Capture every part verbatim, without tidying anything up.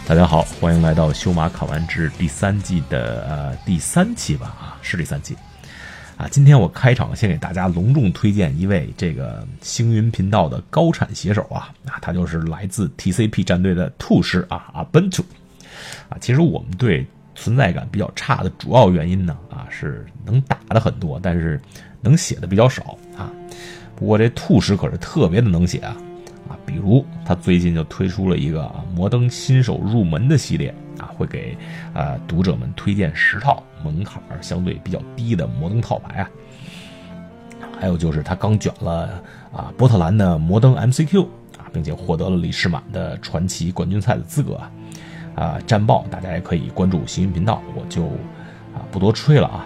大家好，欢迎来到修马考完之第三季的呃第三期吧啊，是第三期啊。今天我开场先给大家隆重推荐一位这个星云频道的高产写手啊啊，他就是来自 T C P 战队的兔师啊阿本图啊。其实我们对存在感比较差的主要原因呢啊是能打的很多，但是能写的比较少啊。不过这兔师可是特别的能写啊。啊，比如他最近就推出了一个啊摩登新手入门的系列啊，会给啊读者们推荐十套门槛相对比较低的摩登套牌啊。还有就是他刚卷了啊波特兰的摩登 M C Q 啊，并且获得了李世满的传奇冠军赛的资格啊。啊，战报大家也可以关注星云频道，我就啊不多吹了啊。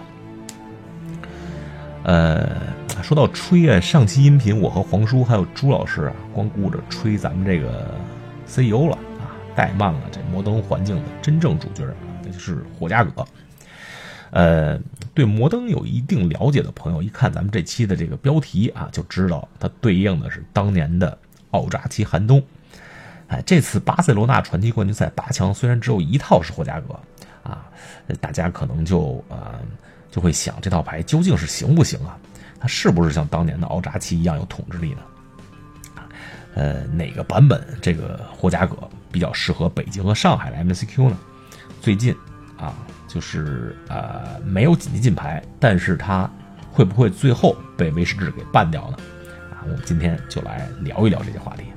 呃。说到吹啊，上期音频我和黄叔还有朱老师啊，光顾着吹咱们这个 C E O 了啊，怠慢了这摩登环境的真正主角啊，那就是霍加葛。呃，对摩登有一定了解的朋友，一看咱们这期的这个标题啊，就知道它对应的是当年的奥扎奇寒冬。哎，这次巴塞罗那传奇冠军赛八强虽然只有一套是霍加葛啊，大家可能就呃就会想这套牌究竟是行不行啊？它是不是像当年的奥扎奇一样有统治力呢？呃，哪个版本这个霍加葛比较适合北京和上海的 M C Q 呢？最近啊，就是呃没有紧急进牌，但是它会不会最后被威士忌给办掉呢？啊，我们今天就来聊一聊这些话题。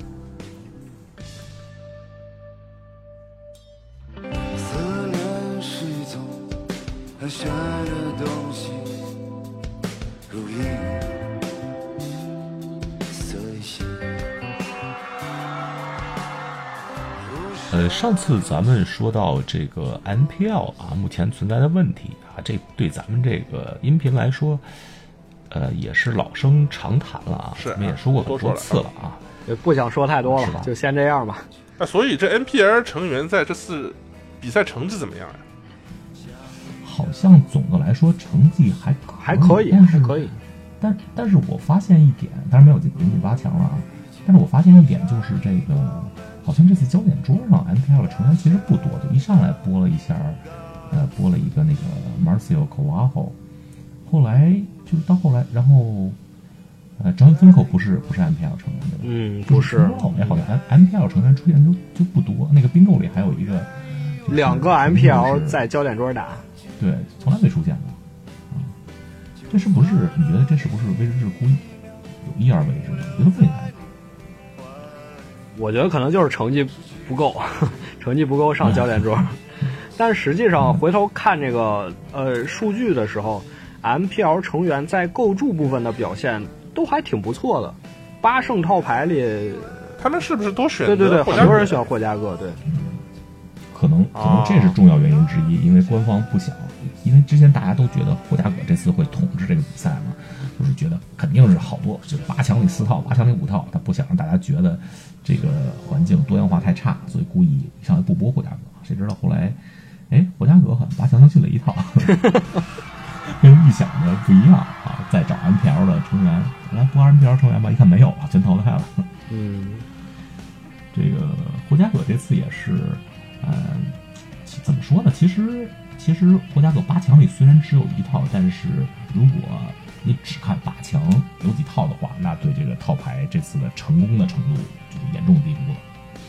思念是一种很玄的东西。如影随形。呃，上次咱们说到这个 M P L 啊，目前存在的问题啊，这对咱们这个音频来说，呃，也是老生常谈了啊。 是， 我们也说过很多次了啊， 也不想说太多了，就先这样吧。 那所以这 M P L 成员在这次比赛成绩怎么样呀？ 好像总的来说成绩还可还可以，还可以。 但但是我发现一点，当然没有进进八强了啊。但是我发现一点就是这个，好像这次焦点桌上 M P L 成员其实不多，就一上来播了一下，呃，播了一个那个 Marcio Coajo， 后来就到后来，然后呃，张芬口不是不是 M P L 成员对吧？ 嗯，不是。 后来好像 M P L 成员出现就就不多，那个冰购里还有一个， 两个 M P L 在焦点桌打。 对，从来没出现过，啊，这是不是？你觉得这是不是威士忌故意有意而为之？我觉得不应该。 我觉得可能就是成绩不够，成绩不够上焦点桌。但是实际上回头看这个呃数据的时候 ，M P L 成员在构筑部分的表现都还挺不错的。八胜套牌里， 他们是不是都选？ 对对对，很多人选霍加葛，对。 可能可能这是重要原因之一，因为官方不想，因为之前大家都觉得霍加葛这次会统治这个比赛嘛，就是觉得肯定是好多，就是八强里四套，八强里五套，他不想让大家觉得这个环境多样化太差，所以故意上来不播霍加葛。谁知道后来，哎，霍加葛好像八强就进了一套，跟预想的不一样啊！再找 M P L 的成员来播 M P L 成员吧，一看没有啊，全淘汰了。 嗯， 这个霍加葛这次也是。呃，怎么说呢？其实，其实霍加葛八强里虽然只有一套，但是如果你只看八强有几套的话，那对这个套牌这次的成功的程度就是严重低估了。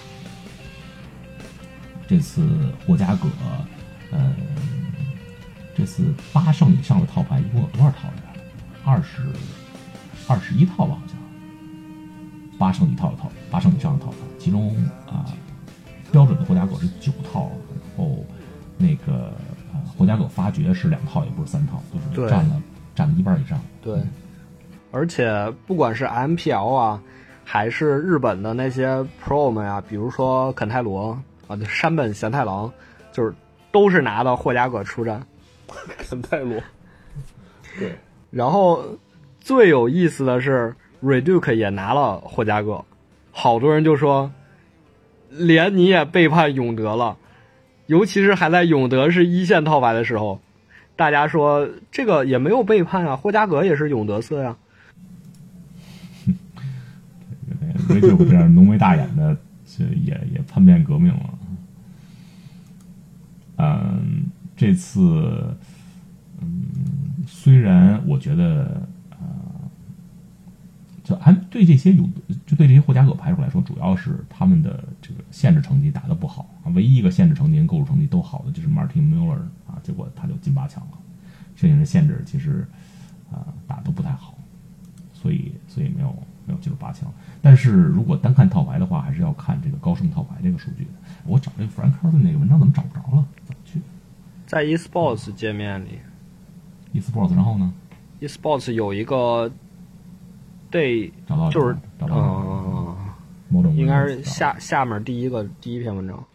这次霍加葛，呃，这次八胜以上的套牌一共有多少套来着？二十，二十一套吧，好像。八胜一套的套，八胜以上的套牌，其中啊。呃标准的霍加葛是九套，然后那个呃霍加葛发掘是两套，也不是三套，就是占了占了一半以上。 对，而且不管是 M P L 啊，还是日本的那些 Pro 们啊，比如说肯泰罗啊，山本贤太郎，就是都是拿到霍加葛出战。 肯泰罗，对。 然后最有意思的是 Reduke 也拿了霍加葛，好多人就说。连你也背叛永德了，尤其是还在永德是一线套牌的时候，大家说这个也没有背叛啊，霍加葛也是永德色呀。 维就这样浓眉大眼的，也也叛变革命了。 嗯，这次嗯，虽然我觉得呃，就按对这些有就对这些霍加葛牌手来说，主要是他们的这个限制成绩打得不好啊。唯一一个限制成绩跟构筑成绩都好的就是 Martin Muller 啊，结果他就进八强了。剩下的限制其实啊、呃、打得不太好，所以所以没有没有进入八强。但是如果单看套牌的话，还是要看这个高盛套牌这个数据的。我找这个 Frank Carlton 那个文章怎么找不着了？怎么去？ 在 eSports 界面里 eSports， 然后呢 ，eSports 有一个 day， 找到就是找到嗯， 某种应该是下下面第一个第一篇文章。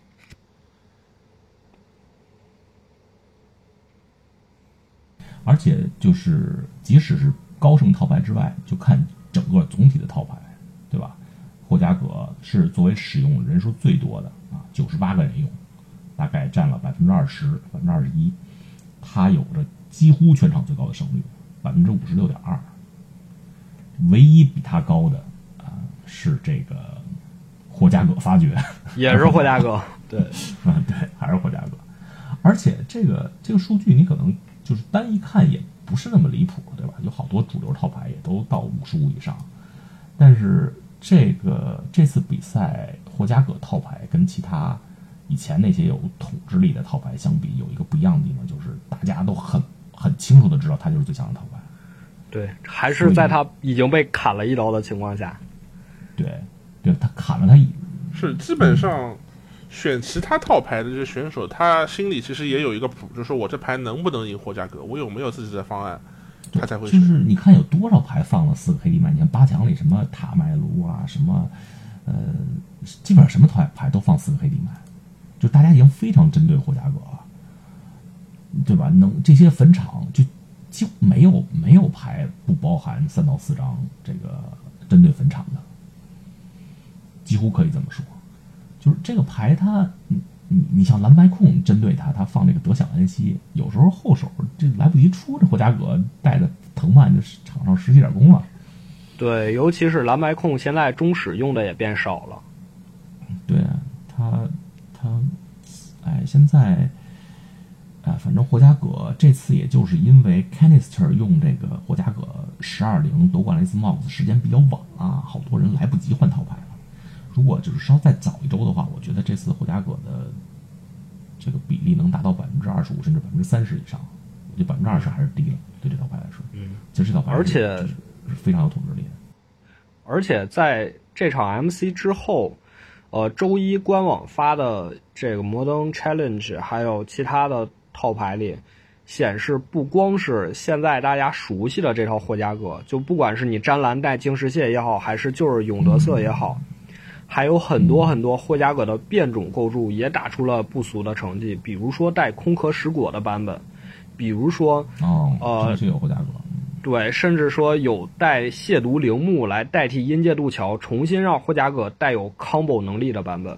而且就是即使是高盛套牌之外，就看整个总体的套牌，对吧？霍加葛是作为使用人数最多的啊，九十八个人用，大概占了百分之二十、百分之二十一。他有着几乎全场最高的胜率，百分之五十六点二。唯一比他高的啊是这个霍加葛发掘， 也是霍加葛，对， 啊对，还是霍加葛。而且这个这个数据你可能就是单一看也不是那么离谱，对吧？有好多主流套牌也都到五十五以上，但是这个这次比赛霍加葛套牌跟其他以前那些有统治力的套牌相比，有一个不一样的地方，就是大家都很很清楚的知道他就是最强的套牌。 对，还是在他已经被砍了一刀的情况下， 对，对他砍了他一， 是基本上选其他套牌的这些选手，他心里其实也有一个谱，就是说我这牌能不能赢霍加葛，我有没有自己的方案，他才会选。 就是你看有多少牌放了四个 K D 麦，你看八强里什么塔麦卢啊，什么呃，基本上什么套牌都放四个 K D 麦，就大家已经非常针对霍加葛了，对吧？能这些坟场就就没有没有牌不包含三到四张这个针对坟场的，几乎可以这么说。就是这个牌它，你你你像蓝白控针对它，它放这个德享恩熙，有时候后手这来不及出，这霍加葛带着藤蔓就场上十几点攻了。 对，尤其是蓝白控现在中使用的也变少了。 对他他哎，现在哎，反正霍加葛这次也就是因为 Canister 用这个霍加葛十二零夺冠了一次 Mox 时间比较晚啊，好多人来不及换套牌了。如果就是稍再早一周的话，我觉得这次霍加葛的这个比例能达到百分之二十五甚至百分之三十以上。我觉得百分之二十还是低了，对这套牌来说。 嗯， 其实这套牌而且是非常有统治力的。 而且在这场 M C 之后，呃，周一官网发的这个摩登 Challenge 还有其他的套牌里显示，不光是现在大家熟悉的这套霍加葛，就不管是你沾蓝带晶石蟹也好，还是就是永德色也好，还有很多很多霍加葛的变种构筑也打出了不俗的成绩，比如说带空壳石果的版本，比如说哦， 呃， 这有霍加葛。 对，甚至说有带亵渎陵墓来代替阴界渡桥，重新让霍加葛带有 combo 能力的版本。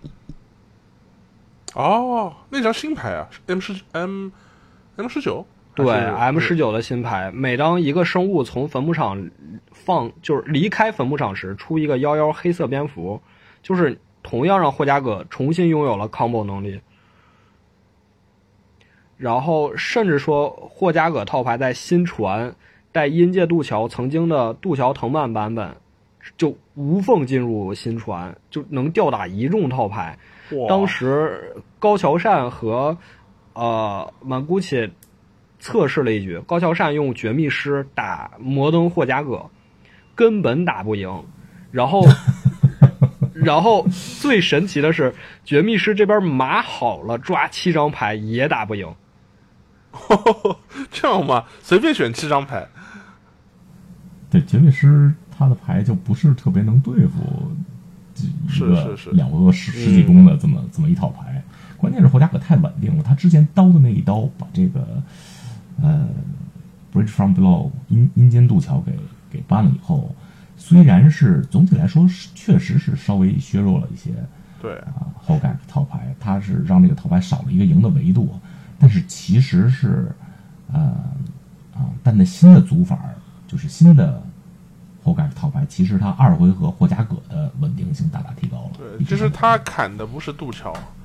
哦，那张新牌啊 ，M 十 M M 十九， 对 M 十九的新牌，每当一个生物从坟墓场放，就是离开坟墓场时，出一个幺幺黑色蝙蝠，就是同样让霍加葛重新拥有了 combo 能力。然后甚至说霍加葛套牌在新传带阴界渡桥曾经的渡桥藤蔓版本就无缝进入新传，就能吊打一众套牌。当时高桥善和呃满古奇测试了一局，高桥善用绝密师打摩登霍加葛根本打不赢，然后然后最神奇的是绝密师这边码好了抓七张牌也打不赢。 这样吗？随便选七张牌。 对，绝密师他的牌就不是特别能对付一个两个十十几攻的这么、嗯、这么一套牌。关键是霍加葛太稳定了，他之前刀的那一刀把这个呃 Bridge from Below 阴阴间渡桥给给搬了以后，虽然是总体来说是确实是稍微削弱了一些， 对啊，后盖套牌，它是让这个套牌少了一个赢的维度。但是其实是，呃，啊，但那新的组法就是新的后盖套牌，其实它二回合霍加葛的稳定性大大提高了。 对，就是他砍的不是渡桥，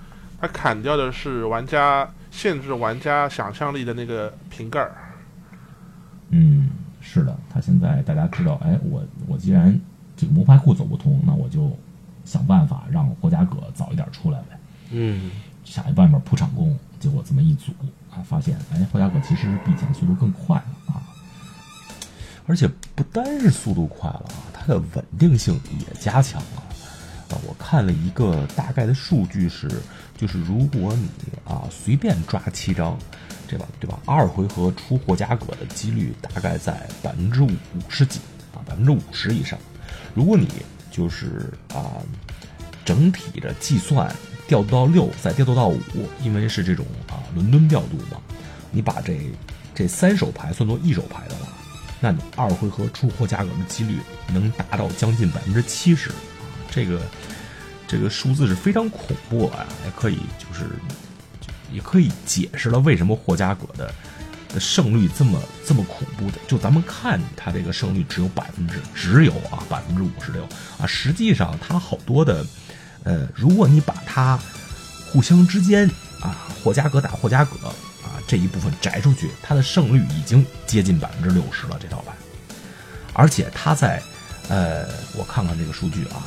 它砍掉的是玩家限制玩家想象力的那个瓶盖。 嗯，是的，他现在大家知道，哎，我我既然这个魔牌库走不通，那我就想办法让霍加葛早一点出来呗。 嗯， 想一外面铺场工，结果这么一组啊，发现哎，霍加葛其实比以前速度更快了啊，而且不单是速度快了啊，它的稳定性也加强了。啊，我看了一个大概的数据是，就是如果你啊随便抓七张，对吧？对吧？二回合出霍加葛的几率大概在百分之五十几啊，百分之五十以上。如果你就是啊整体的计算调度到六，再调度到五，因为是这种啊伦敦调度嘛，你把这这三手牌算作一手牌的话，那你二回合出霍加葛的几率能达到将近百分之七十。这个这个数字是非常恐怖啊，也可以就是也可以解释了为什么霍加葛的的胜率这么这么恐怖的。就咱们看它这个胜率只有百分之只有啊百分之五十六啊，实际上它好多的呃，如果你把它互相之间啊霍加葛打霍加葛啊这一部分摘出去，它的胜率已经接近百分之六十了这套牌，而且它在呃我看看这个数据啊。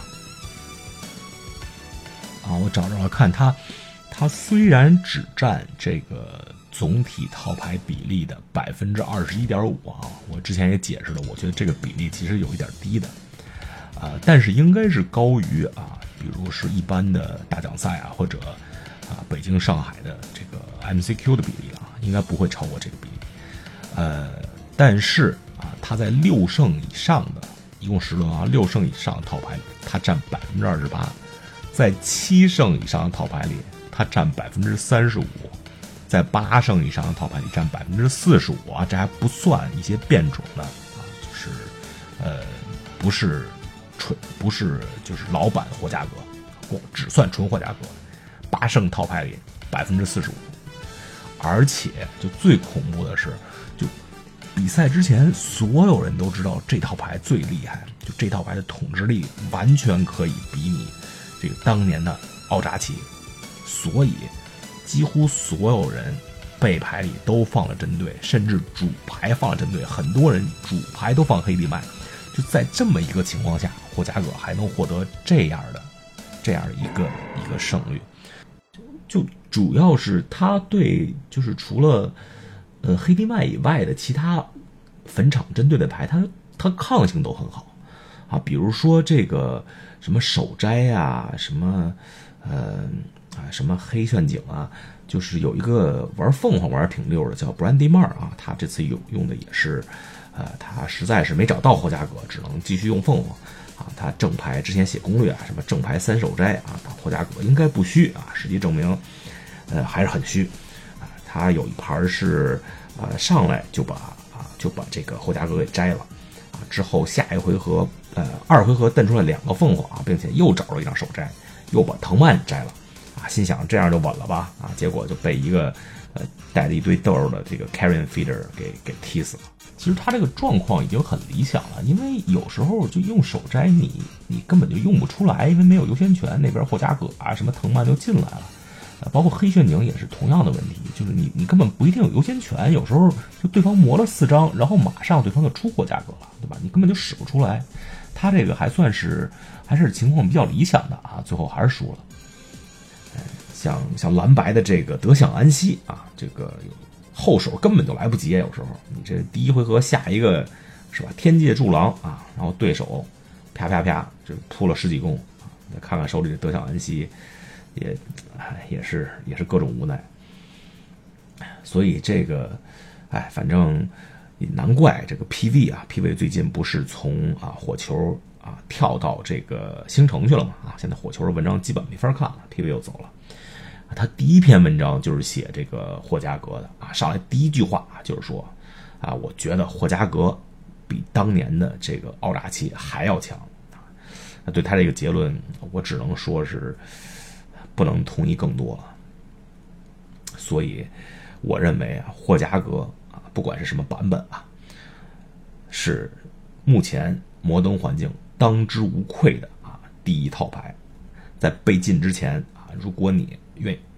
啊，我找找看它，它虽然只占这个总体套牌比例的百分之二十一点五啊，我之前也解释了，我觉得这个比例其实有一点低的，啊，但是应该是高于啊，比如是一般的大奖赛啊，或者啊北京、上海的这个 M C Q 的比例啊，应该不会超过这个比例，呃，但是啊，它在六胜以上的，一共十轮啊，六胜以上的套牌里，它占百分之二十八。在七胜以上的套牌里，它占百分之三十五；在八胜以上的套牌里占百分之四十五啊，这还不算一些变种的啊，就是呃，不是纯不是就是老版霍加葛，只算纯霍加葛。八胜套牌里百分之四十五，而且就最恐怖的是，就比赛之前所有人都知道这套牌最厉害，就这套牌的统治力完全可以比拟这个当年的奥扎奇，所以几乎所有人背牌里都放了针对，甚至主牌放了针对，很多人主牌都放黑地麦。就在这么一个情况下，霍加葛还能获得这样的这样一个一个胜率，就主要是他对就是除了呃黑地麦以外的其他坟场针对的牌，他他抗性都很好啊，比如说这个什么守斋啊，什么呃啊什么黑炫景啊，就是有一个玩凤凰玩挺溜的叫 Brandy Mar 啊，他这次用用的也是，呃，他实在是没找到霍加葛，只能继续用凤凰啊。他正牌之前写攻略啊，什么正牌三守斋啊，霍加葛应该不虚啊，实际证明，呃还是很虚啊。他有一盘是呃上来就把啊就把这个霍加葛给摘了。之后下一回合，呃，二回合瞪出来两个凤凰啊，并且又找了一张手摘，又把藤蔓摘了，啊，心想这样就稳了吧，啊，结果就被一个呃带着一堆豆的这个 Carrion Feeder 给给踢死了。其实他这个状况已经很理想了，因为有时候就用手摘你你根本就用不出来，因为没有优先权，那边霍加葛啊什么藤蔓就进来了。呃，包括黑炫景也是同样的问题，就是你你根本不一定有优先权，有时候就对方磨了四张，然后马上对方就出霍加葛了，对吧？你根本就使不出来。他这个还算是还是情况比较理想的啊，最后还是输了。呃、像像蓝白的这个得享安息啊，这个后手根本就来不及，有时候你这第一回合下一个是吧？天界柱狼啊，然后对手啪啪啪就扑了十几攻啊，再看看手里的得享安息。也也是也是各种无奈，所以这个，哎，反正难怪这个 P V 啊 ，P V 最近不是从啊火球啊跳到这个星城去了嘛啊，现在火球的文章基本没法看了 ，P V 又走了。他第一篇文章就是写这个霍加葛的啊，上来第一句话就是说啊，我觉得霍加葛比当年的这个奥扎奇还要强啊。对他这个结论，我只能说是。不能同意更多，所以我认为啊，霍加葛啊，不管是什么版本啊，是目前摩登环境当之无愧的啊第一套牌。在被禁之前啊，如果你愿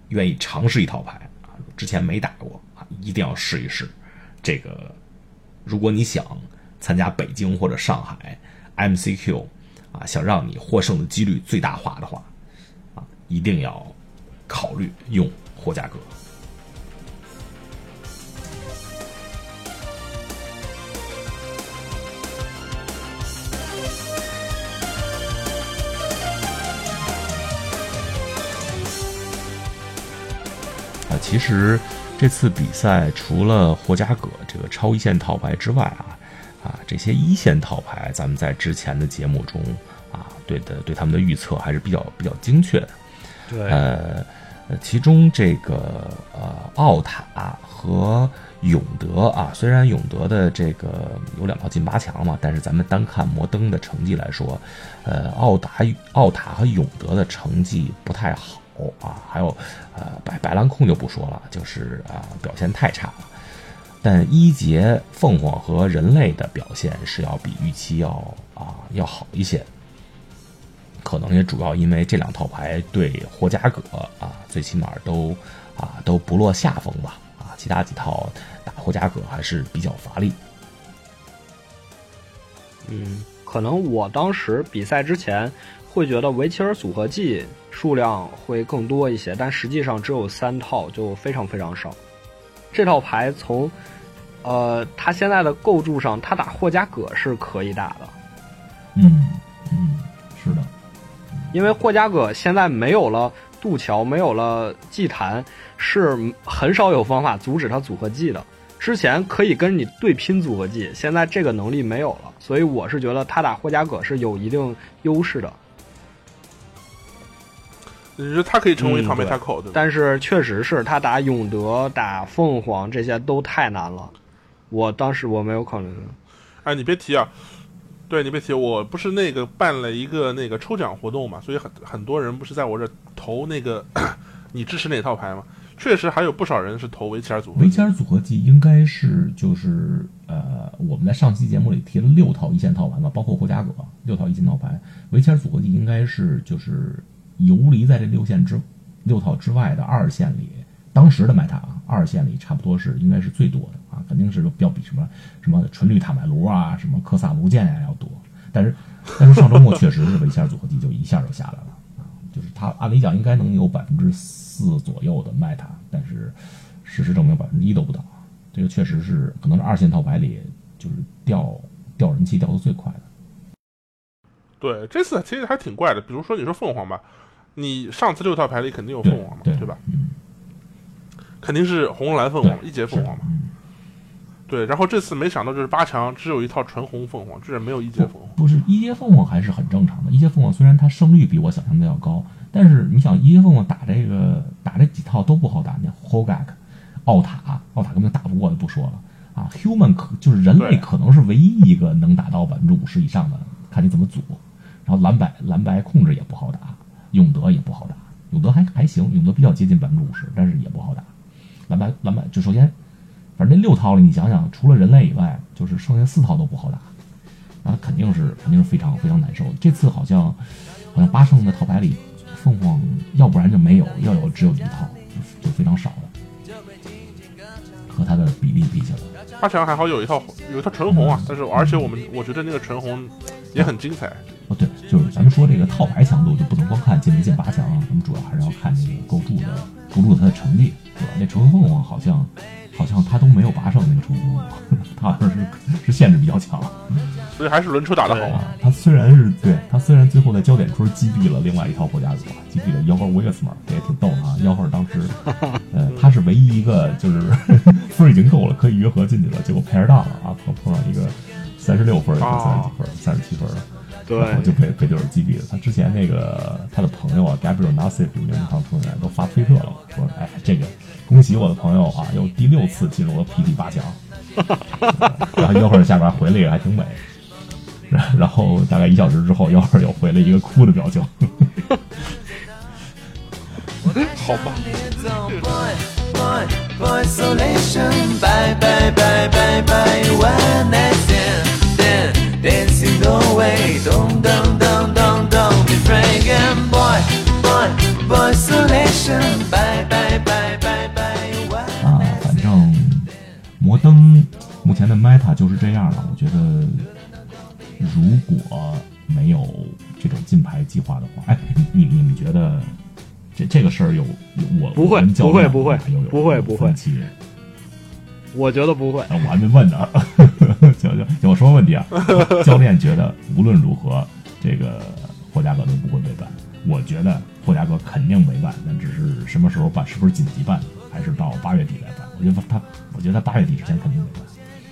愿意尝试一套牌啊，之前没打过啊，一定要试一试。这个，如果你想参加北京或者上海 M C Q 啊，想让你获胜的几率最大化的话，啊，一定要考虑用霍加格。啊，其实这次比赛除了霍加格这个超一线套牌之外啊，啊，这些一线套牌，咱们在之前的节目中啊，对的对他们的预测还是比较比较精确的。 对， 呃，其中这个呃奥塔和永德啊，虽然永德的这个有两套进八强嘛，但是咱们单看摩登的成绩来说，呃，奥达奥塔和永德的成绩不太好啊，还有呃白白蓝控就不说了，就是啊、呃、表现太差了。但一杰凤凰和人类的表现是要比预期要啊要好一些，可能也主要因为这两套牌对霍加格啊最起码都啊都不落下风吧啊，其他几套打霍加格还是比较乏力。 嗯，可能我当时比赛之前会觉得维齐尔组合技数量会更多一些，但实际上只有三套，就非常非常少。这套牌从呃它现在的构筑上，它打霍加葛是可以打的。 嗯嗯，是的， 因为霍加葛现在没有了渡桥，没有了祭坛，是很少有方法阻止它组合技的。之前可以跟你对拼组合技，现在这个能力没有了，所以我是觉得他打霍加葛是有一定优势的。 你说他可以成为一套 meta 口的、嗯， 但是确实是他打永德、打凤凰这些都太难了。我当时我没有考虑。 哎，你别提啊，对你别提，我不是那个办了一个那个抽奖活动嘛，所以很很多人不是在我这投那个你支持哪套牌吗？确实还有不少人是投维齐尔组合。 维齐尔组合技应该是就是呃，我们在上期节目里提了六套一线套牌嘛，包括霍加葛六套一线套牌，维齐尔组合技应该是就是游离在这六线之六套之外的二线里，当时的买塔啊，二线里差不多是应该是最多的啊，肯定是要比什么什么纯绿塔麦卢啊，什么科萨卢剑呀要多。但是但是上周末确实是维齐尔组合技就一下就下来了啊，就是他按理讲应该能有百分之四左右的卖塔，但是事实证明百分之一都不到。这个确实是可能是二线套牌里就是掉掉人气掉的最快的。 对，这次其实还挺怪的。比如说你说凤凰吧，你上次六套牌里肯定有凤凰嘛， 对, 对, 对吧？ 嗯， 肯定是红蓝凤凰、一节凤凰嘛。 嗯， 对，然后这次没想到就是八强只有一套纯红凤凰，居然没有一节凤凰。 不是一节凤凰还是很正常的，一节凤凰虽然它胜率比我想象的要高，但是你想一节凤凰打这个打这几套都不好打，你 Hogak、奥塔，奥塔根本打不过就不说了啊 ，Human 可就是人类可能是唯一一个能打到百分之五十以上的，看你怎么组。然后蓝白蓝白控制也不好打，永德也不好打，永德还还行，永德比较接近百分之五十，但是也不好打。蓝白蓝白就首先，反正那六套里你想想，除了人类以外，就是剩下四套都不好打，那肯定是肯定是非常非常难受的。这次好像好像八胜的套牌里，凤凰要不然就没有，要有只有一套，就就非常少了，和它的比例比起来。 八强还好有一套有一套纯红啊，嗯、但是而且我们我觉得那个纯红也很精彩。 哦，对，就是咱们说这个套牌强度，就不能光看进没进八强啊，咱们主要还是要看这个构筑的构筑的它的成绩，对吧？那纯凤凰好像好像他都没有八胜那个纯凤凰，他好像是是限制比较强， 所以还是轮抽打得好。 啊，他虽然是对他虽然最后在焦点村击毙了另外一套霍加格，击毙了幺号威克斯曼，这也挺逗的啊。幺号当时，呃，他是唯一一个就是分已经够了，可以约合进去了，结果配上当了啊，碰碰上一个三十六分，三十几分，三十七分的。 对， 然后就被被对手击毙了。他之前那个他的朋友啊 ，Gabriel Nassif 有名堂球员都发推特了，说：“哎，这个恭喜我的朋友啊，又第六次进入了 P T 八强。”然后一会儿下边回了一个还挺美，然后大概一小时之后，一会儿又回了一个哭的表情。 好吧。 Dancing away, don't, don't, don't, don't, don't be afraid, boy, boy, boy, isolation. 声拜拜拜拜拜晚啊，反正摩登目前的 meta 就是这样了。我觉得如果没有这种金牌计划的话，哎，你你们觉得这这个事儿有有我不会跟教不会不会练有有不会不会分歧我觉得不会。 啊，我还没问呢，行行行，我说问题啊。教练觉得无论如何，这个霍加格都不会被办。我觉得霍加格肯定没办，但只是什么时候办，是不是紧急办，还是到八月底来办？我觉得他，我觉得他八月底之前肯定没办。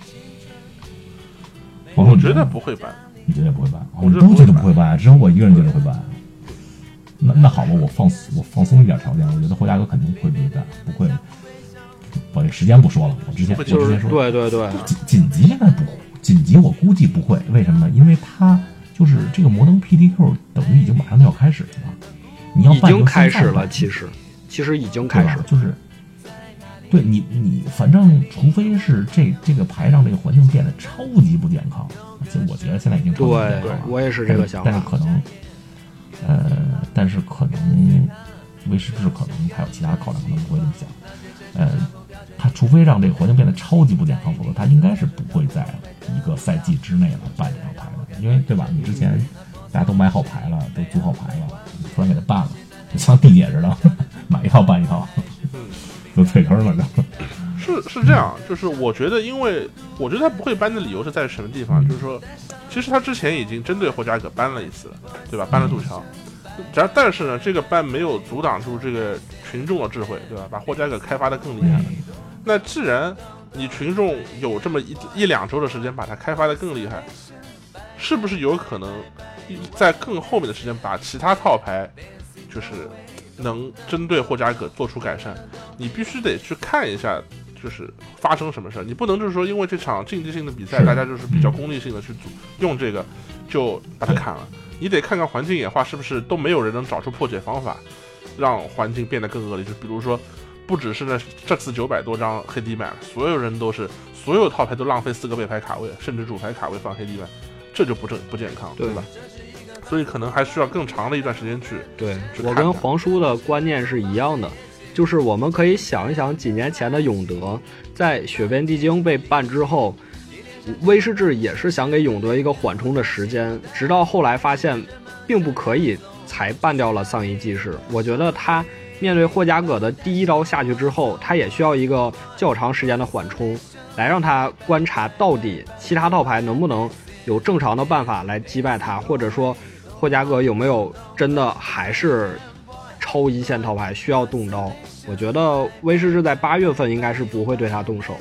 我觉得不会办。 你觉得不会办？ 我都觉得不会办，只有我一个人觉得会办。那那好吧，我放我放松一点条件，我觉得霍加格肯定会被办，不会。我这时间不说了，我之前我之前说， 对对对， 紧紧急应该不紧急，我估计不会。为什么呢？因为他就是这个摩登 P D Q 等于已经马上就要开始了嘛，你要已经开始了，其实其实已经开始了， 就是对你你反正除非是这这个牌让这个环境变得超级不健康，就我觉得现在已经超级不健康了。 对，我也是这个想法。 但是可能，呃，但是可能威士忌可能还有其他考量，可能不会这么想。呃，他除非让这个环境变得超级不健康，否则他应该是不会在一个赛季之内来办这套牌的，因为对吧？你之前大家都买好牌了，都租好牌了，你突然给他办了，就像地铁似的，买一套办一套，都退坑了就。 是是这样，就是我觉得，因为我觉得他不会搬的理由是在什么地方？就是说，其实他之前已经针对霍加格搬了一次了，对吧？搬了杜乔。然但是呢，这个班没有阻挡住这个群众的智慧，对吧？把霍加格开发的更厉害了。那既然你群众有这么一一两周的时间把它开发的更厉害，是不是有可能在更后面的时间把其他套牌就是能针对霍加格做出改善？你必须得去看一下，就是发生什么事儿。你不能就是说因为这场竞技性的比赛，大家就是比较功利性的去用这个就把它砍了。你得看看环境演化是不是都没有人能找出破解方法，让环境变得更恶劣。就比如说，不只是那这次九百多张黑地板，所有人都是所有套牌都浪费四个背牌卡位，甚至主牌卡位放黑地板，这就不正不健康， 对, 对吧？所以可能还需要更长的一段时间去。 对， 去我跟黄叔的观念是一样的，就是我们可以想一想几年前的永德，在血变地精被办之后。威士忌也是想给永德一个缓冲的时间，直到后来发现并不可以，才办掉了丧仪祭祀。我觉得他面对霍加葛的第一刀下去之后，他也需要一个较长时间的缓冲，来让他观察到底其他套牌能不能有正常的办法来击败他，或者说霍加葛有没有真的还是超一线套牌需要动刀。我觉得威士忌在八月份应该是不会对他动手。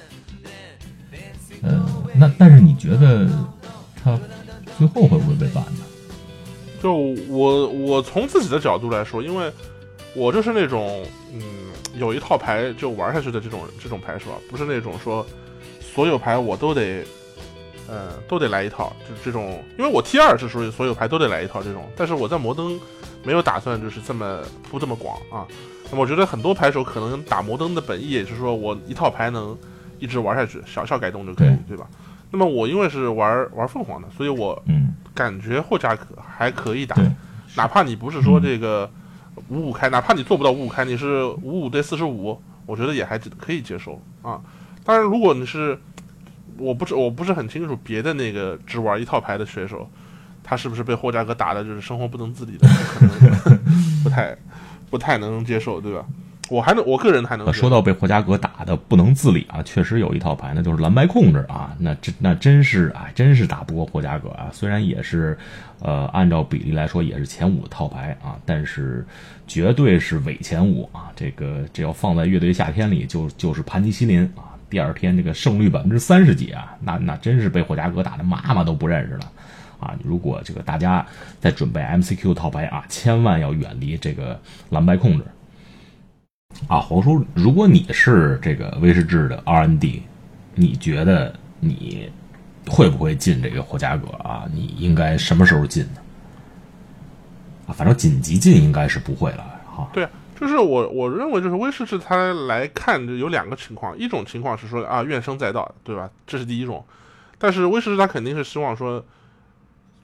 呃，那但是你觉得他最后会不会被办呢？ 就我我从自己的角度来说，因为我就是那种嗯有一套牌就玩下去的这种这种牌手啊，不是那种说所有牌我都得呃都得来一套，就这种。因为我 T 二是属于所有牌都得来一套这种，但是我在摩登没有打算就是这么铺这么广啊。那么我觉得很多牌手可能打摩登的本意也是说我一套牌能一直玩下去，小小改动就可以， 对, 对吧？那么我因为是玩玩凤凰的，所以我感觉霍加格还可以打，哪怕你不是说这个五五开，哪怕你做不到五五开，你是五五对四十五，我觉得也还可以接受啊。当然，如果你是我不是我不是很清楚别的那个只玩一套牌的选手，他是不是被霍加格打的就是生活不能自理的，可能不太不太能接受，对吧？我还能，我个人还能说到被霍加格打的不能自理啊，确实有一套牌，那就是蓝白控制啊，那真那真是啊，真是打不过霍加格啊。虽然也是，呃，按照比例来说也是前五套牌啊，但是绝对是伪前五啊。这个这要放在乐队夏天里，就就是盘尼西林啊，第二天这个胜率百分之三十几啊，那那真是被霍加格打的妈妈都不认识了啊。如果这个大家在准备 M C Q 套牌啊，千万要远离这个蓝白控制。啊，黄叔，如果你是这个威士忌的 R and D， 你觉得你会不会进这个霍加格啊？你应该什么时候进呢？啊，反正紧急进应该是不会了哈。 对啊，就是我我认为就是威士忌他来看有两个情况，一种情况是说啊怨声载道，对吧？这是第一种，但是威士忌他肯定是希望说，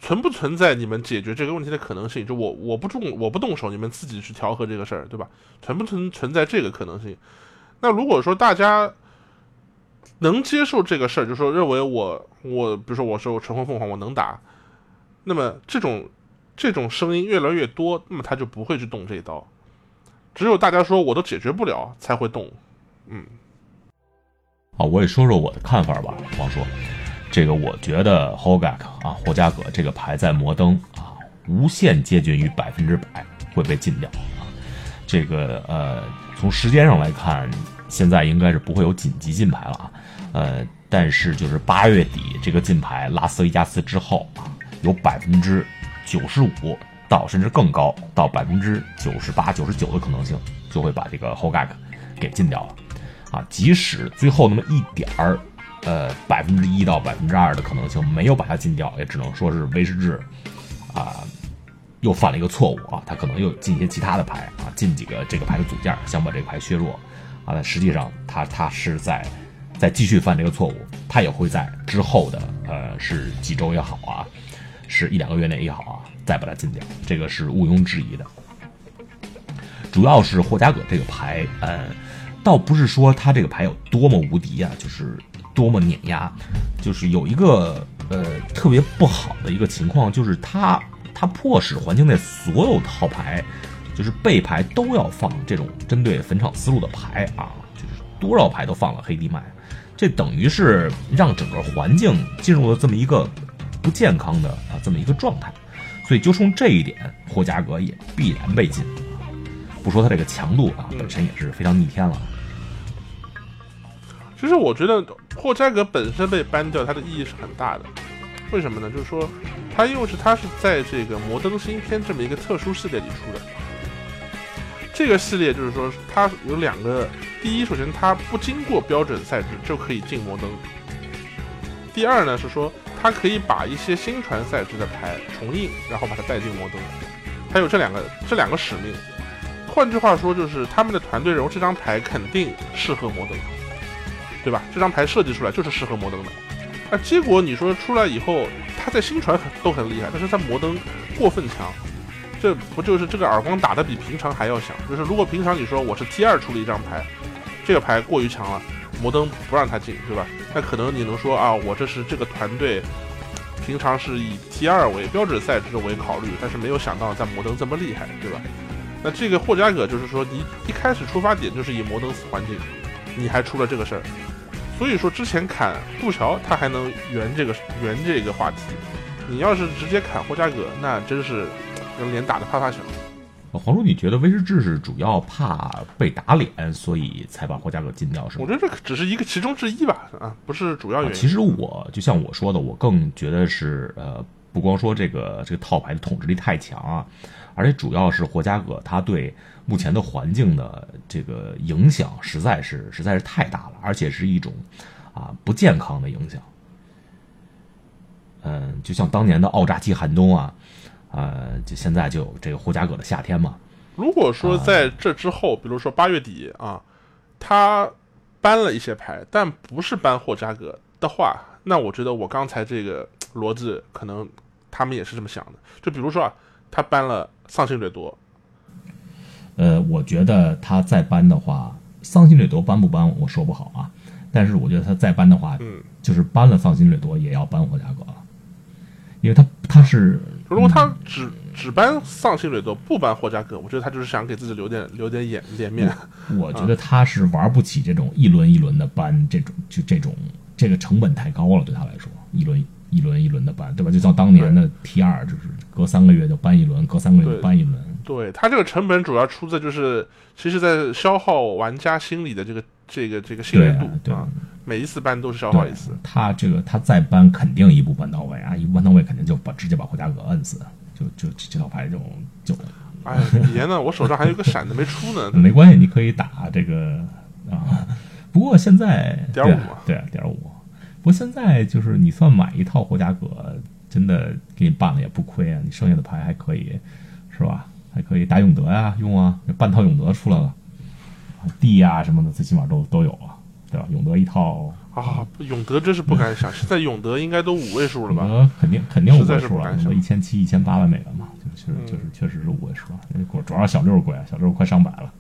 存不存在你们解决这个问题的可能性？就我我不动我不动手，你们自己去调和这个事儿，对吧？存不存存在这个可能性？那如果说大家能接受这个事儿，就是说认为我我比如说我是乘风凤凰，我能打，那么这种这种声音越来越多，那么他就不会去动这一刀。只有大家说我都解决不了，才会动。嗯， 好，我也说说我的看法吧，黄叔。这个我觉得 Hogak 啊，霍加葛这个牌在摩登啊，无限接近于百分之百会被禁掉啊。这个呃，从时间上来看，现在应该是不会有紧急禁牌了啊。呃，但是就是八月底这个禁牌拉斯维加斯之后啊，有百分之九十五到甚至更高到百分之九十八、九十九的可能性，就会把这个 Hogak 给禁掉了啊。即使最后那么一点儿。呃，百分之一到百分之二的可能性没有把它禁掉，也只能说是威士治啊、呃、又犯了一个错误啊，他可能又进一些其他的牌啊，进几个这个牌的组件，想把这个牌削弱啊，但实际上他他是在在继续犯这个错误，他也会在之后的呃是几周也好啊，是一两个月内也好啊，再把它禁掉，这个是毋庸置疑的。主要是霍加葛这个牌，呃，倒不是说他这个牌有多么无敌啊，就是多么碾压，就是有一个呃特别不好的一个情况，就是他他迫使环境内所有套牌，就是背牌都要放这种针对坟场思路的牌啊，就是多少牌都放了黑地麦，这等于是让整个环境进入了这么一个不健康的啊这么一个状态，所以就冲这一点，霍加葛也必然被禁。不说它这个强度啊，本身也是非常逆天了。 其实我觉得霍加葛本身被ban掉，它的意义是很大的。为什么呢？就是说，它因为是它是在这个摩登新篇这么一个特殊系列里出的。这个系列就是说，它有两个：第一，首先它不经过标准赛制就可以进摩登；第二呢，是说它可以把一些新传赛制的牌重印，然后把它带进摩登。它有这两个这两个使命。换句话说，就是他们的团队认为这张牌肯定适合摩登，对吧？这张牌设计出来就是适合摩登的。那结果你说出来以后，他在新传都很厉害，但是在摩登过分强，这不就是这个耳光打得比平常还要响？就是如果平常你说我是 T 二 出了一张牌，这个牌过于强了，摩登不让他进，对吧？那可能你能说啊，我这是这个团队平常是以 T 二 为标准赛制为考虑，但是没有想到在摩登这么厉害，对吧？那这个霍加葛就是说，你一开始出发点就是以摩登环境，你还出了这个事儿，所以说之前砍杜乔他还能圆这个圆这个话题，你要是直接砍霍加葛，那真是人脸打得啪啪响。 黄叔，你觉得威士治是主要怕被打脸，所以才把霍加葛禁掉是吗？ 我觉得这只是一个其中之一吧，啊，不是主要原因。 啊、其实我就像我说的，我更觉得是呃，不光说这个这个套牌的统治力太强啊。而且主要是霍加葛他对目前的环境的这个影响实在是实在是太大了，而且是一种啊不健康的影响。嗯，就像当年的奥扎期寒冬啊，呃，就现在就有这个霍加葛的夏天嘛。 如果说在这之后，比如说八月底啊，他搬了一些牌，但不是搬霍加葛的话，那我觉得我刚才这个逻辑可能他们也是这么想的。就比如说啊，他搬了丧心掠夺， 呃，我觉得他再搬的话，丧心掠夺搬不搬我说不好啊，但是我觉得他再搬的话， 嗯， 就是搬了丧心掠夺也要搬霍加葛了，因为他他是如果他只、嗯、只搬丧心掠夺不搬霍加葛，我觉得他就是想给自己留点留点脸脸面。 我觉得他是玩不起这种一轮一轮的搬，这种就这种这个成本太高了，对他来说，一轮一轮一轮的搬，对吧？就像当年的 T 二，就是隔三个月就搬一轮，隔三个月就搬一轮。 对，他这个成本主要出在就是，其实在消耗玩家心里的这个这个这个信任度， 对啊， 每一次搬都是消耗一次。 他这个他再搬肯定一步搬到位啊，一步搬到位肯定就把直接把霍加葛摁死，就就这套牌就就。 哎，别呢，我手上还有个闪的没出呢。 没关系，你可以打这个啊。不过现在点五， 对啊，点五。不过现在就是你算买一套霍加葛，真的给你办了也不亏啊，你剩下的牌还可以，是吧？还可以打永德呀、啊，用啊，半套永德出来了，地呀、啊、什么的，最起码都都有啊。 对吧？永德一套啊，永德真是不敢想，现在永德应该都五位数了吧？ 永德肯定肯定五实在位数了， 是不敢想永德一千七、一千八百美元嘛，就是嗯就是确实是五位数了。主要是小六贵，小六快上百了，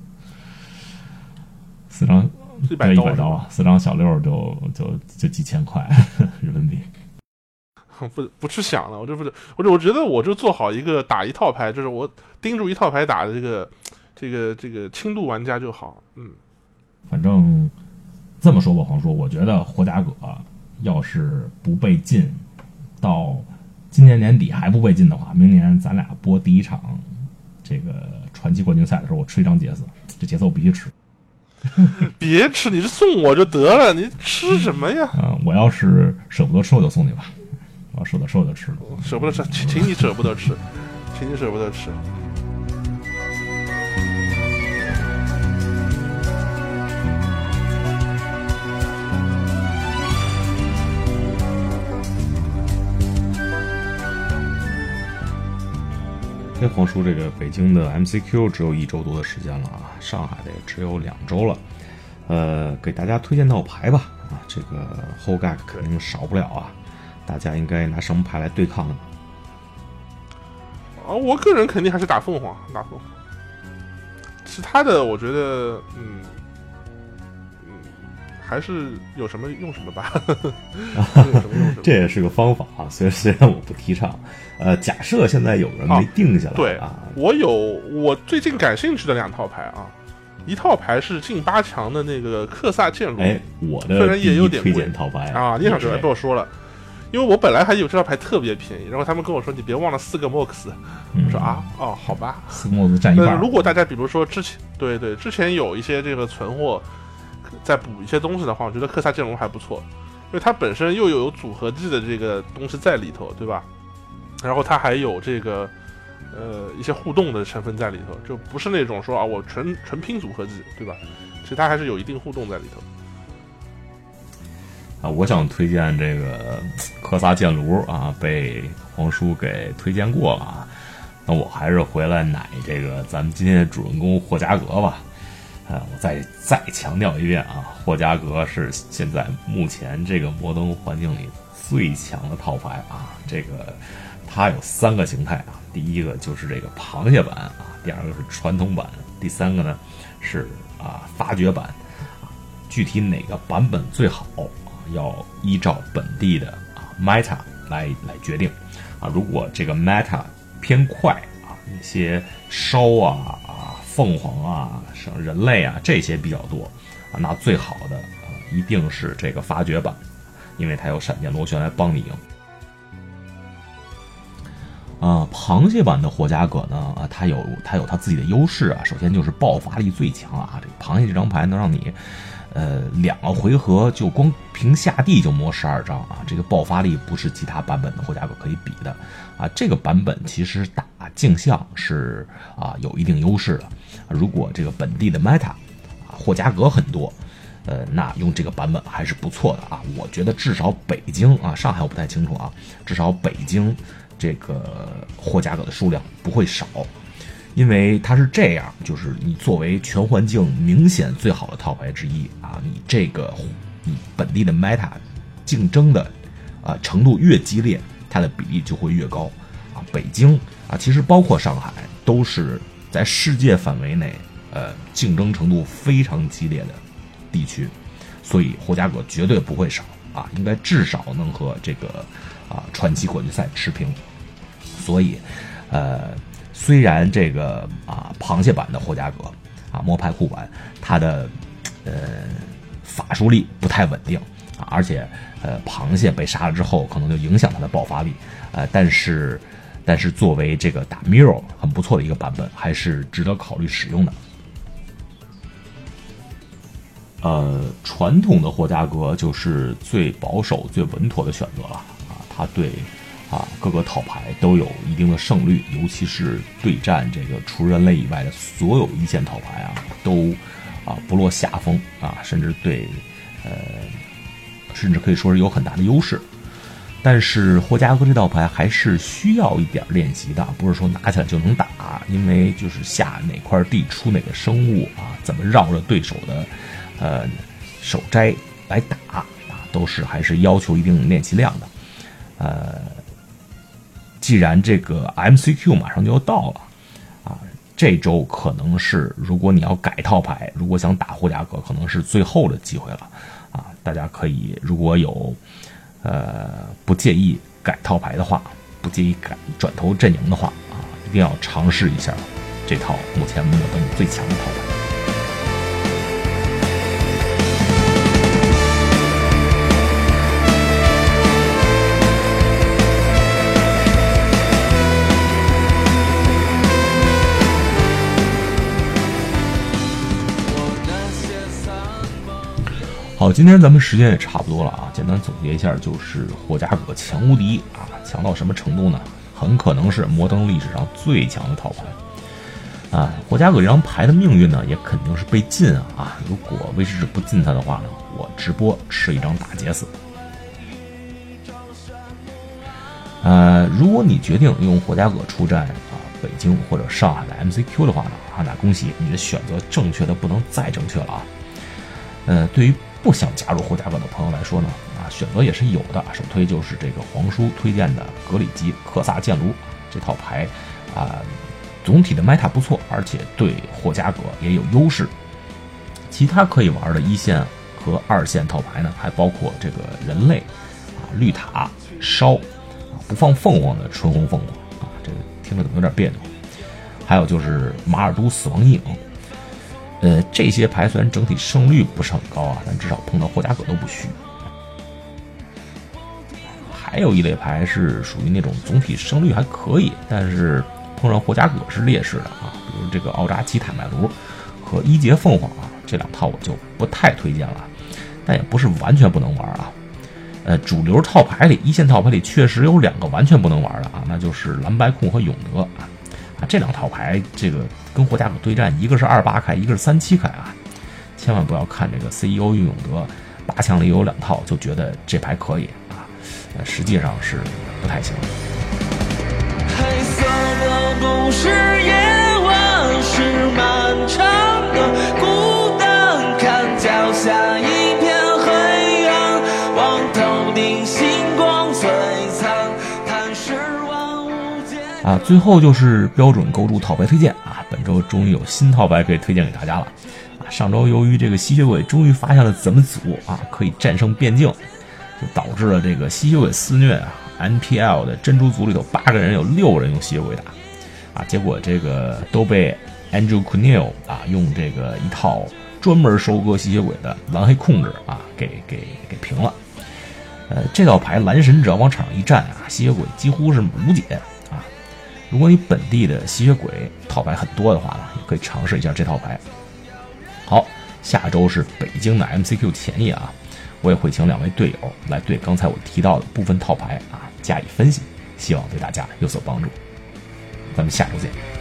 四张一百对一刀是吧百刀啊，四张小六就就就几千块人民币。 不不去想了，我就不是，我就我觉得我就做好一个打一套牌，就是我盯住一套牌打的这个这个这个轻度玩家就好。嗯， 反正这么说吧，黄叔，我觉得霍加葛要是不被禁，到今年年底还不被禁的话，明年咱俩播第一场这个传奇冠军赛的时候，我吃一张杰斯，这杰斯我必须吃。 别吃，你是送我就得了，你吃什么呀？ 啊、我要是舍不得吃，我就送你吧。我要舍得吃，我就吃了。 舍不得吃，请请你舍不得吃，请你舍不得吃。 跟黄叔这个北京的 M C Q 只有一周多的时间了啊，上海的也只有两周了。呃，给大家推荐套牌吧啊，这个 Hogak 肯定少不了啊，大家应该拿什么牌来对抗呢？ 啊，我个人肯定还是打凤凰，打凤凰。其他的我觉得，嗯嗯，还是有什么用什么吧，有什么用什么。 这也是个方法啊，虽然虽然我不提倡。呃，假设现在有人没定下来， 对啊， 我有我最近感兴趣的两套牌啊，一套牌是进八强的那个克萨剑卢， 哎，我的虽然也有点贵第一推荐套牌啊，你想主要被我说了。因为我本来还以为这套牌特别便宜，然后他们跟我说你别忘了四个 mox，、 嗯、 我说啊哦好吧， 四个 mox 占一半。 如果大家比如说之前对对之前有一些这个存货，再补一些东西的话，我觉得克萨剑龙还不错，因为它本身又有组合技的这个东西在里头，对吧？然后它还有这个呃一些互动的成分在里头，就不是那种说啊我纯纯拼组合技，对吧？其实它还是有一定互动在里头。 啊，我想推荐这个科萨剑卢啊，被黄叔给推荐过了啊。那我还是回来奶这个咱们今天的主人公霍加格吧。呃，我再再强调一遍啊，霍加格是现在目前这个摩登环境里最强的套牌啊。这个它有三个形态啊，第一个就是这个螃蟹版啊，第二个是传统版，第三个呢是啊发掘版。具体哪个版本最好？要依照本地的啊 meta 来来决定啊。如果这个 meta 偏快啊，那些烧啊啊凤凰啊、像人类啊这些比较多啊，那最好的啊一定是这个发掘版，因为它有闪电螺旋来帮你赢。啊，螃蟹版的霍加葛呢啊，它有它有它自己的优势啊。首先就是爆发力最强啊，这个螃蟹这张牌能让你。呃，两个回合就光凭下地就磨十二张啊！这个爆发力不是其他版本的霍加葛可以比的啊！这个版本其实打镜像是啊有一定优势的。如果这个本地的 meta 啊霍加葛很多，呃，那用这个版本还是不错的啊！我觉得至少北京啊，上海我不太清楚啊，至少北京这个霍加葛的数量不会少。因为它是这样，就是你作为全环境明显最好的套牌之一啊，你这个你本地的 meta 竞争的啊程度越激烈，它的比例就会越高啊。北京啊，其实包括上海，都是在世界范围内呃竞争程度非常激烈的地区，所以霍加葛绝对不会少啊，应该至少能和这个啊传奇冠军赛持平。所以呃。虽然这个啊螃蟹版的霍加葛啊摸牌库版它的呃法术力不太稳定啊，而且呃螃蟹被杀了之后可能就影响它的爆发力，呃但是但是作为这个打 mirror 很不错的一个版本，还是值得考虑使用的。呃，传统的霍加葛就是最保守、最稳妥的选择了啊，它对。啊，各个套牌都有一定的胜率，尤其是对战这个除人类以外的所有一线套牌啊，都啊不落下风啊，甚至对呃，甚至可以说是有很大的优势。但是霍加葛这套牌还是需要一点练习的，不是说拿起来就能打，因为就是下哪块地出哪个生物啊，怎么绕着对手的呃守斋来打啊，都是还是要求一定练习量的。呃，既然这个 M C Q 马上就要到了啊，这周可能是如果你要改套牌，如果想打霍加格，可能是最后的机会了啊！大家可以如果有呃不介意改套牌的话，不介意改转投阵营的话啊，一定要尝试一下这套目前摩登最强的套牌。好，今天咱们时间也差不多了啊，简单总结一下，就是霍加格强无敌啊，强到什么程度呢？很可能是摩登历史上最强的套牌啊。霍加格这张牌的命运呢，也肯定是被禁啊啊！如果威士忌不禁他的话呢，我直播吃一张大杰斯。呃，如果你决定用霍加格出战啊北京或者上海的 M C Q 的话呢，啊，那恭喜你的选择正确的不能再正确了啊。呃，对于不想加入霍加格的朋友来说呢，啊，选择也是有的。首推就是这个黄叔推荐的格里吉克萨剑炉这套牌，啊，总体的 meta 不错，而且对霍加格也有优势。其他可以玩的一线和二线套牌呢，还包括这个人类啊、绿塔、烧啊，不放凤凰的纯红凤凰啊，这个听着怎么有点别扭。还有就是马尔都死亡阴影。呃，这些牌虽然整体胜率不是很高啊，但至少碰到霍加格都不虚。还有一类牌是属于那种总体胜率还可以，但是碰上霍加格是劣势的啊，比如这个奥扎奇坦麦卢和一节凤凰啊，这两套我就不太推荐了，但也不是完全不能玩啊。呃，主流套牌里，一线套牌里确实有两个完全不能玩的啊，那就是蓝白控和永德啊。啊，这两套牌这个跟霍加格对战，一个是二八开，一个是三七开啊，千万不要看这个 C E O 运永德八强里有两套就觉得这牌可以啊，呃，实际上是不太行。 黑色的不是夜晚，是漫长的孤单，看脚下一片黑暗，望头顶星光璀璨，看世万物皆啊，最后就是标准构筑套牌推荐啊！本周终于有新套牌可以推荐给大家了啊！上周由于这个吸血鬼终于发现了怎么组啊可以战胜变境，就导致了这个吸血鬼肆虐啊 ！N P L 的珍珠组里头八个人有六个人用吸血鬼打啊，结果这个都被 Andrew Cuneo 啊用这个一套专门收割吸血鬼的蓝黑控制啊给给给平了。呃，这套牌蓝神只要往场上一站啊，吸血鬼几乎是无解。如果你本地的吸血鬼套牌很多的话呢，也可以尝试一下这套牌。好，下周是北京的 M C Q 前夜啊，我也会请两位队友来对刚才我提到的部分套牌啊加以分析，希望对大家有所帮助。咱们下周见。